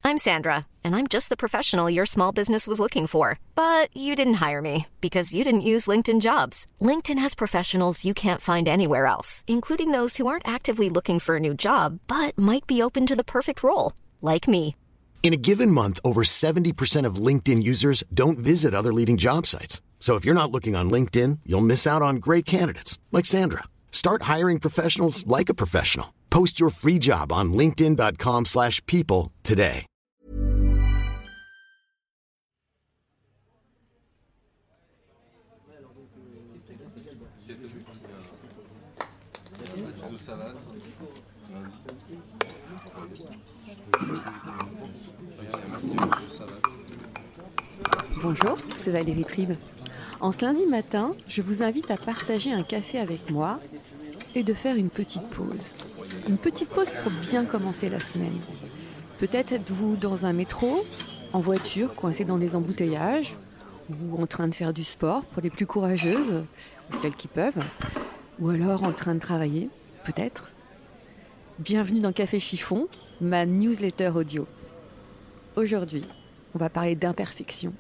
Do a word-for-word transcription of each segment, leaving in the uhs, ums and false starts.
I'm Sandra, and I'm just the professional your small business was looking for. But you didn't hire me because you didn't use LinkedIn Jobs. LinkedIn has professionals you can't find anywhere else, including those who aren't actively looking for a new job, but might be open to the perfect role, like me. In a given month, over seventy percent of LinkedIn users don't visit other leading job sites. So if you're not looking on LinkedIn, you'll miss out on great candidates like Sandra. Start hiring professionals like a professional. Post your free job on linkedin.com slash people today. Bonjour, c'est Valérie Tribe. En ce lundi matin, je vous invite à partager un café avec moi et de faire une petite pause. Une petite pause pour bien commencer la semaine. Peut-être êtes-vous dans un métro, en voiture, coincé dans des embouteillages, ou en train de faire du sport pour les plus courageuses, ou celles qui peuvent, ou alors en train de travailler, peut-être. Bienvenue dans Café Chiffon, ma newsletter audio. Aujourd'hui, on va parler d'imperfection.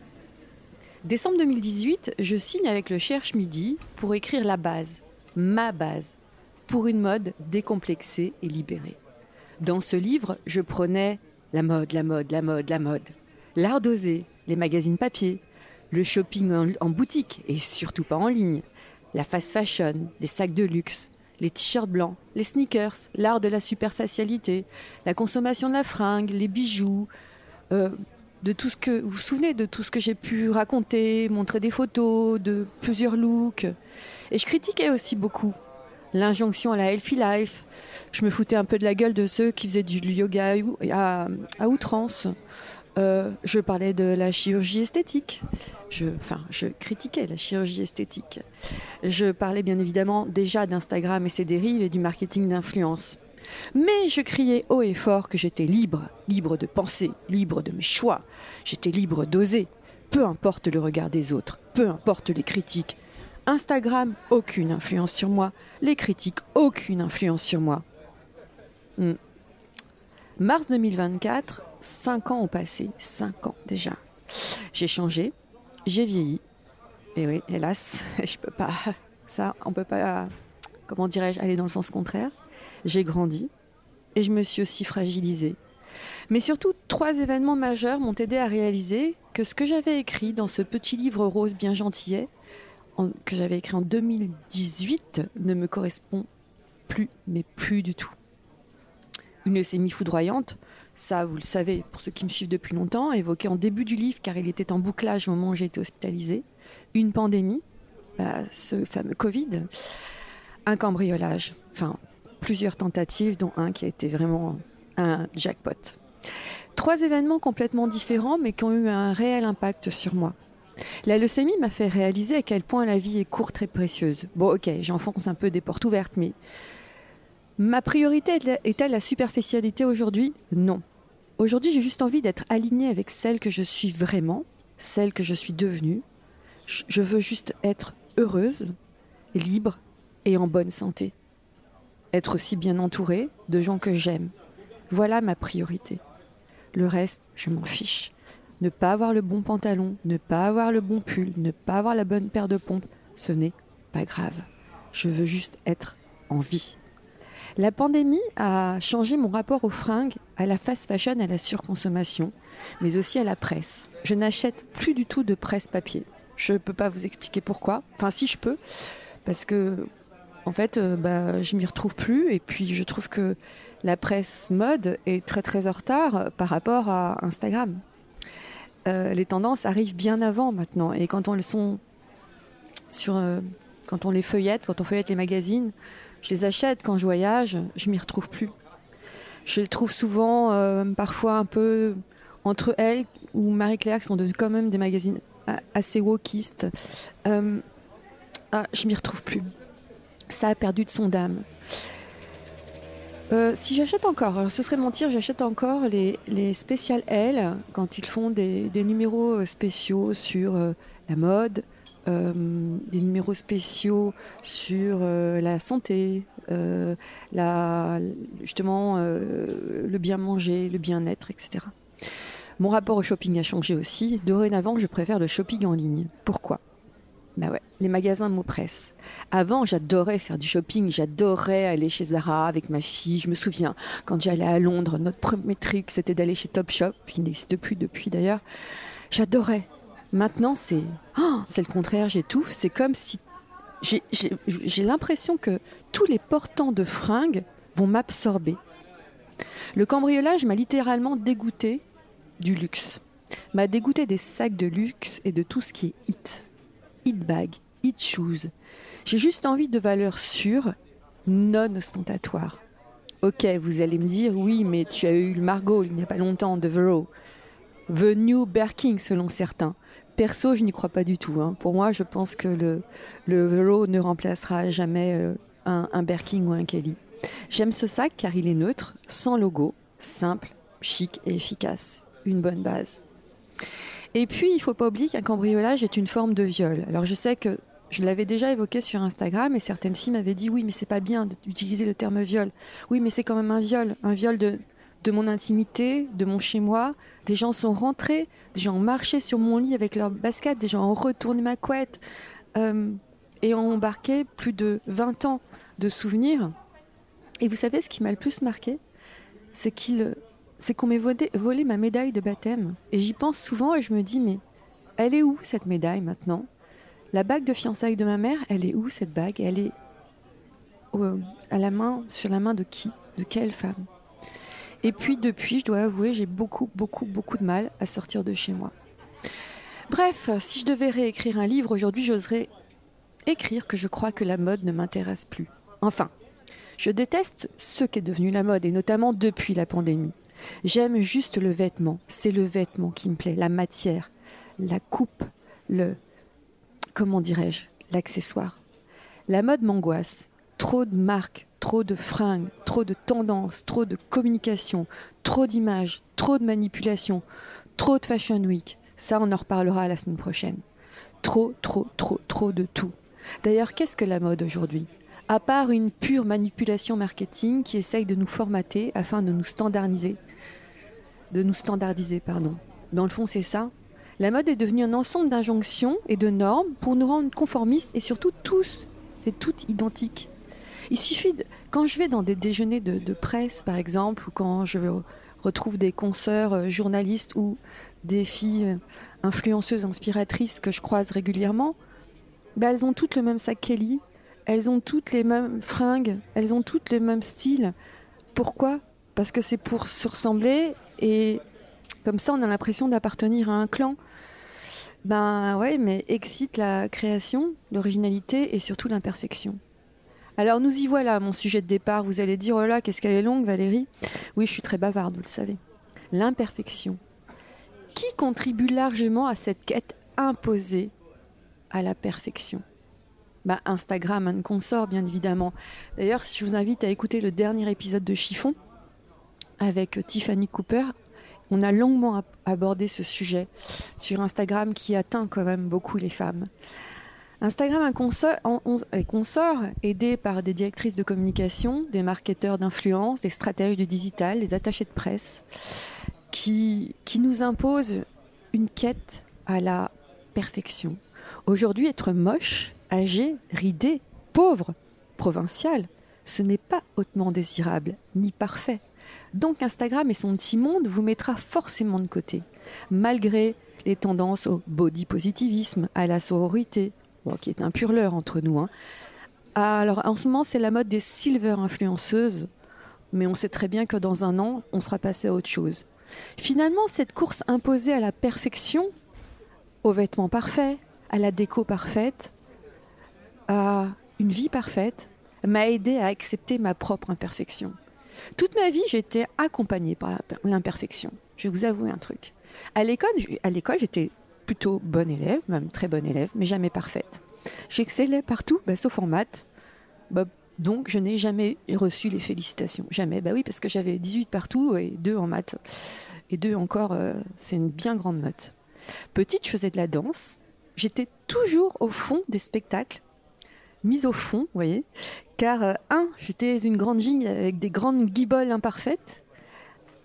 Décembre deux mille dix-huit, je signe avec le Cherche Midi pour écrire la base, ma base, pour une mode décomplexée et libérée. Dans ce livre, je prenais la mode, la mode, la mode, la mode, l'art d'oser, les magazines papier, le shopping en, en boutique et surtout pas en ligne, la fast fashion, les sacs de luxe, les t-shirts blancs, les sneakers, l'art de la superficialité, la consommation de la fringue, les bijoux, euh, de tout ce que vous vous souvenez de tout ce que j'ai pu raconter, montrer des photos de plusieurs looks. Et je critiquais aussi beaucoup l'injonction à la healthy life. Je me foutais un peu de la gueule de ceux qui faisaient du yoga à, à outrance. Euh, je parlais de la chirurgie esthétique. Je, enfin, je critiquais la chirurgie esthétique. Je parlais bien évidemment déjà d'Instagram et ses dérives et du marketing d'influence. Mais je criais haut et fort que j'étais libre, libre de penser, libre de mes choix. J'étais libre d'oser, peu importe le regard des autres, peu importe les critiques. Instagram, aucune influence sur moi. Les critiques, aucune influence sur moi. Hmm. Mars deux mille vingt-quatre, cinq ans ont passé, cinq ans déjà. J'ai changé, j'ai vieilli. Et oui, hélas, je peux pas, ça, on peut pas, comment dirais-je, aller dans le sens contraire. J'ai grandi et je me suis aussi fragilisée. Mais surtout, trois événements majeurs m'ont aidé à réaliser que ce que j'avais écrit dans ce petit livre rose bien gentillet, en, que j'avais écrit en deux mille dix-huit, ne me correspond plus, mais plus du tout. Une leucémie foudroyante, ça vous le savez pour ceux qui me suivent depuis longtemps, évoqué en début du livre car il était en bouclage au moment où j'ai été hospitalisée. Une pandémie, bah, ce fameux Covid, un cambriolage, enfin... plusieurs tentatives, dont un qui a été vraiment un jackpot. Trois événements complètement différents, mais qui ont eu un réel impact sur moi. La leucémie m'a fait réaliser à quel point la vie est courte et précieuse. Bon, ok, j'enfonce un peu des portes ouvertes, mais ma priorité est-elle la superficialité aujourd'hui ? Non. Aujourd'hui, j'ai juste envie d'être alignée avec celle que je suis vraiment, celle que je suis devenue. Je veux juste être heureuse, libre et en bonne santé. Être aussi bien entourée de gens que j'aime. Voilà ma priorité. Le reste, je m'en fiche. Ne pas avoir le bon pantalon, ne pas avoir le bon pull, ne pas avoir la bonne paire de pompes, ce n'est pas grave. Je veux juste être en vie. La pandémie a changé mon rapport aux fringues, à la fast fashion, à la surconsommation, mais aussi à la presse. Je n'achète plus du tout de presse papier. Je ne peux pas vous expliquer pourquoi. Enfin, si je peux, parce que... En fait, euh, bah, je m'y retrouve plus et puis je trouve que la presse mode est très très en retard par rapport à Instagram. Euh, les tendances arrivent bien avant maintenant et quand on le sont sur, euh, quand on les feuillette, quand on feuillette les magazines, je les achète quand je voyage, je m'y retrouve plus. Je les trouve souvent, euh, parfois un peu entre elles ou Marie-Claire qui sont devenues quand même des magazines assez wokistes. Euh, ah, je m'y retrouve plus. Ça a perdu de son âme. Euh, si j'achète encore, alors ce serait mentir, j'achète encore les, les spéciales L quand ils font des, des numéros spéciaux sur euh, la mode, euh, des numéros spéciaux sur euh, la santé, euh, la, justement euh, le bien manger, le bien-être, et cetera. Mon rapport au shopping a changé aussi. Dorénavant, je préfère le shopping en ligne. Pourquoi ? Bah ouais, les magasins m'oppressent. Avant, j'adorais faire du shopping, j'adorais aller chez Zara avec ma fille. Je me souviens, quand j'allais à Londres, notre premier truc, c'était d'aller chez Topshop, qui n'existe plus depuis d'ailleurs. J'adorais. Maintenant, c'est, oh, c'est le contraire, j'étouffe. C'est comme si j'ai, j'ai, j'ai l'impression que tous les portants de fringues vont m'absorber. Le cambriolage m'a littéralement dégoûté du luxe, m'a dégoûté des sacs de luxe et de tout ce qui est hit. Hit bag, hit shoes. J'ai juste envie de valeurs sûres, non ostentatoires. Ok, vous allez me dire, oui, mais tu as eu le Margot il n'y a pas longtemps, de Vero. The New Birkin, selon certains. Perso, je n'y crois pas du tout. Hein. Pour moi, je pense que le, le Vero ne remplacera jamais euh, un, un Birkin ou un Kelly. J'aime ce sac car il est neutre, sans logo, simple, chic et efficace. Une bonne base. Et puis, il ne faut pas oublier qu'un cambriolage est une forme de viol. Alors, je sais que je l'avais déjà évoqué sur Instagram et certaines filles m'avaient dit « Oui, mais c'est pas bien d'utiliser le terme viol. Oui, mais c'est quand même un viol. Un viol de, de mon intimité, de mon chez-moi. Des gens sont rentrés, des gens ont marché sur mon lit avec leurs baskets, des gens ont retourné ma couette euh, et ont embarqué plus de vingt ans de souvenirs. Et vous savez ce qui m'a le plus marqué ? C'est qu'ils... c'est qu'on m'ait volé, volé ma médaille de baptême. Et j'y pense souvent et je me dis, mais elle est où cette médaille maintenant ? La bague de fiançailles de ma mère, elle est où cette bague ? Elle est euh, à la main, sur la main de qui ? De quelle femme ? Et puis depuis, je dois avouer, j'ai beaucoup, beaucoup, beaucoup de mal à sortir de chez moi. Bref, si je devais réécrire un livre aujourd'hui, j'oserais écrire que je crois que la mode ne m'intéresse plus. Enfin, je déteste ce qu'est devenu la mode, et notamment depuis la pandémie. J'aime juste le vêtement, c'est le vêtement qui me plaît, la matière, la coupe, le, comment dirais-je, l'accessoire. La mode m'angoisse, trop de marques, trop de fringues, trop de tendances, trop de communication, trop d'images, trop de manipulation, trop de fashion week, ça on en reparlera la semaine prochaine. Trop, trop, trop, trop de tout. D'ailleurs, qu'est-ce que la mode aujourd'hui ? À part une pure manipulation marketing qui essaye de nous formater afin de nous standardiser. De nous standardiser, pardon. Dans le fond, c'est ça. La mode est devenue un ensemble d'injonctions et de normes pour nous rendre conformistes et surtout tous, c'est tout identique. Il suffit, de, quand je vais dans des déjeuners de, de presse, par exemple, ou quand je retrouve des consoeurs journalistes ou des filles influenceuses, inspiratrices que je croise régulièrement, ben elles ont toutes le même sac Kelly. Elles ont toutes les mêmes fringues, elles ont toutes les mêmes styles. Pourquoi ? Parce que c'est pour se ressembler et comme ça on a l'impression d'appartenir à un clan. Ben ouais, mais excite la création, l'originalité et surtout l'imperfection. Alors nous y voilà, mon sujet de départ. Vous allez dire, oh là, qu'est-ce qu'elle est longue Valérie ? Oui, je suis très bavarde, vous le savez. L'imperfection. Qui contribue largement à cette quête imposée à la perfection ? Bah, Instagram, un consort, bien évidemment. D'ailleurs, je vous invite à écouter le dernier épisode de Chiffon avec Tiffany Cooper. On a longuement abordé ce sujet sur Instagram qui atteint quand même beaucoup les femmes. Instagram, un consort, un consort aidé par des directrices de communication, des marketeurs d'influence, des stratèges du digital, des attachés de presse, qui, qui nous imposent une quête à la perfection. Aujourd'hui, être moche, âgé, ridé, pauvre, provincial, ce n'est pas hautement désirable, ni parfait. Donc Instagram et son petit monde vous mettra forcément de côté, malgré les tendances au body positivisme, à la sororité, bon, qui est un pur leurre entre nous. Hein. Alors en ce moment, c'est la mode des silver influenceuses, mais on sait très bien que dans un an, on sera passé à autre chose. Finalement, cette course imposée à la perfection, aux vêtements parfaits, à la déco parfaite, à une vie parfaite, m'a aidé à accepter ma propre imperfection. Toute ma vie, j'ai été accompagnée par l'imperfection. Je vais vous avouer un truc. À l'école, à l'école, j'étais plutôt bonne élève, même très bonne élève, mais jamais parfaite. J'excellais partout, bah, sauf en maths. Bah, donc, je n'ai jamais reçu les félicitations. Jamais. Bah oui, parce que j'avais dix-huit partout et deux en maths. Et deux encore, euh, c'est une bien grande note. Petite, je faisais de la danse. J'étais toujours au fond des spectacles. Mise au fond, vous voyez, car, euh, un, j'étais une grande gigue avec des grandes guiboles imparfaites.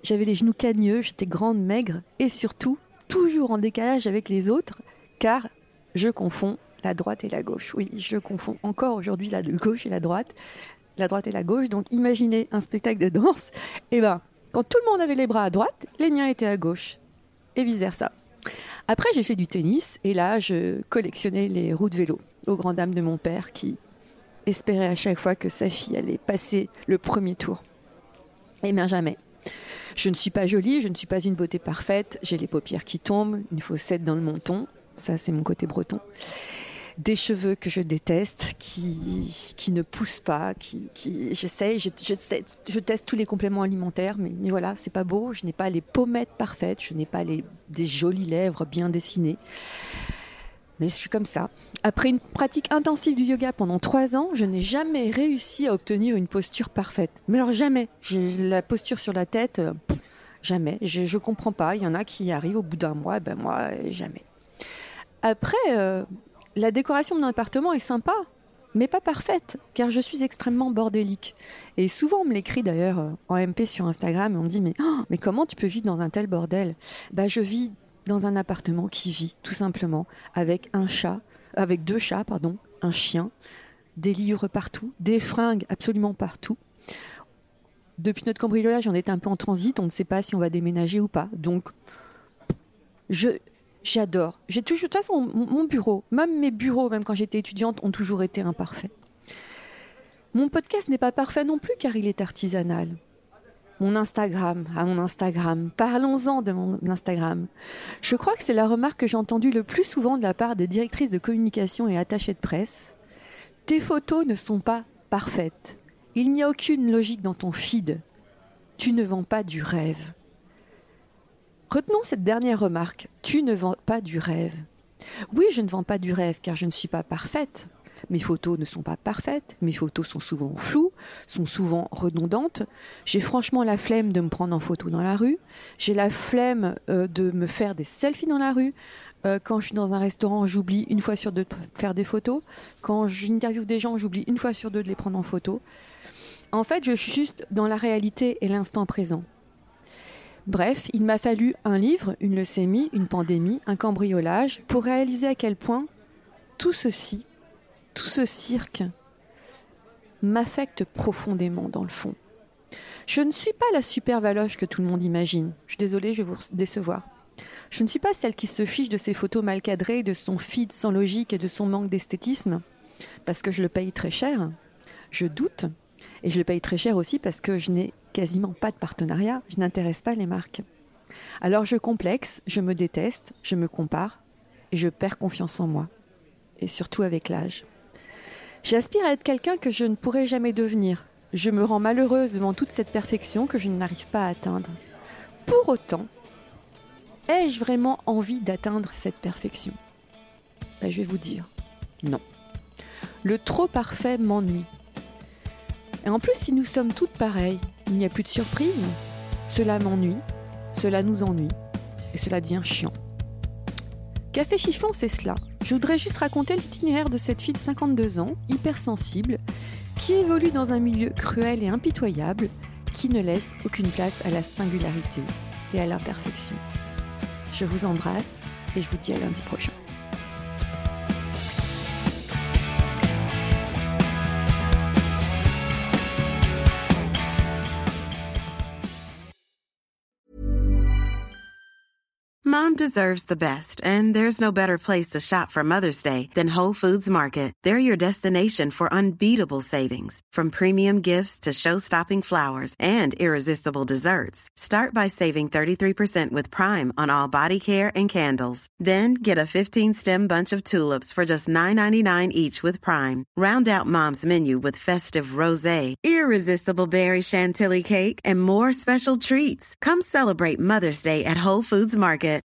j'avais les genoux cagneux, j'étais grande, maigre et surtout toujours en décalage avec les autres car je confonds la droite et la gauche. Oui, je confonds encore aujourd'hui la gauche et la droite, la droite et la gauche. Donc imaginez un spectacle de danse, et ben quand tout le monde avait les bras à droite, les miens étaient à gauche et vice versa. Après, j'ai fait du tennis et là, je collectionnais les roues de vélo aux grandes dames de mon père qui espérait à chaque fois que sa fille allait passer le premier tour. Eh bien, jamais. Je ne suis pas jolie, je ne suis pas une beauté parfaite, j'ai les paupières qui tombent, une fossette dans le menton, ça c'est mon côté breton. Des cheveux que je déteste, qui, qui ne poussent pas, qui, qui j'essaie, je, je, je teste tous les compléments alimentaires, mais, mais voilà, c'est pas beau, je n'ai pas les pommettes parfaites, je n'ai pas les, des jolies lèvres bien dessinées. Mais je suis comme ça. Après une pratique intensive du yoga pendant trois ans, je n'ai jamais réussi à obtenir une posture parfaite. Mais alors jamais. J'ai la posture sur la tête, euh, jamais. Je ne comprends pas. Il y en a qui y arrivent au bout d'un mois, ben moi, jamais. Après, euh, la décoration de mon appartement est sympa, mais pas parfaite, car je suis extrêmement bordélique. Et souvent, on me l'écrit d'ailleurs en M P sur Instagram, et on me dit, mais, oh, mais comment tu peux vivre dans un tel bordel ? Ben, je vis dans un appartement qui vit, tout simplement, avec un chat, avec deux chats, pardon, un chien, des livres partout, des fringues absolument partout. Depuis notre cambriolage, on est un peu en transit, on ne sait pas si on va déménager ou pas. Donc, je, j'adore. J'ai toujours, de toute façon, mon, mon bureau, même mes bureaux, même quand j'étais étudiante, ont toujours été imparfaits. Mon podcast n'est pas parfait non plus, car il est artisanal. Mon Instagram, à mon Instagram, parlons-en de mon Instagram. Je crois que c'est la remarque que j'ai entendue le plus souvent de la part des directrices de communication et attachées de presse. Tes photos ne sont pas parfaites. Il n'y a aucune logique dans ton feed. Tu ne vends pas du rêve. Retenons cette dernière remarque. Tu ne vends pas du rêve. Oui, je ne vends pas du rêve car je ne suis pas parfaite. Mes photos ne sont pas parfaites, mes photos sont souvent floues, sont souvent redondantes. J'ai franchement la flemme de me prendre en photo dans la rue. J'ai la flemme euh, de me faire des selfies dans la rue. Euh, quand je suis dans un restaurant, j'oublie une fois sur deux de faire des photos. Quand j'interviewe des gens, j'oublie une fois sur deux de les prendre en photo. En fait, je suis juste dans la réalité et l'instant présent. Bref, il m'a fallu un livre, une leucémie, une pandémie, un cambriolage pour réaliser à quel point tout ceci, tout ce cirque m'affecte profondément dans le fond. Je ne suis pas la super valoche que tout le monde imagine. Je suis désolée, je vais vous décevoir. Je ne suis pas celle qui se fiche de ses photos mal cadrées, de son feed sans logique et de son manque d'esthétisme, parce que je le paye très cher. Je doute, et je le paye très cher aussi parce que je n'ai quasiment pas de partenariat, je n'intéresse pas les marques. Alors je complexe, je me déteste, je me compare, et je perds confiance en moi, et surtout avec l'âge. J'aspire à être quelqu'un que je ne pourrai jamais devenir. Je me rends malheureuse devant toute cette perfection que je n'arrive pas à atteindre. Pour autant, ai-je vraiment envie d'atteindre cette perfection ? Ben, je vais vous dire, non. Le trop parfait m'ennuie. Et en plus, si nous sommes toutes pareilles, il n'y a plus de surprise. Cela m'ennuie, cela nous ennuie, et cela devient chiant. Café Chiffon, c'est cela. Je voudrais juste raconter l'itinéraire de cette fille de cinquante-deux ans, hypersensible, qui évolue dans un milieu cruel et impitoyable, qui ne laisse aucune place à la singularité et à l'imperfection. Je vous embrasse et je vous dis à lundi prochain. Mom deserves the best, and there's no better place to shop for Mother's Day than Whole Foods Market. They're your destination for unbeatable savings, from premium gifts to show-stopping flowers and irresistible desserts. Start by saving thirty-three percent with Prime on all body care and candles. Then get a fifteen-stem bunch of tulips for just nine ninety-nine each with Prime. Round out Mom's menu with festive rosé, irresistible berry chantilly cake, and more special treats. Come celebrate Mother's Day at Whole Foods Market.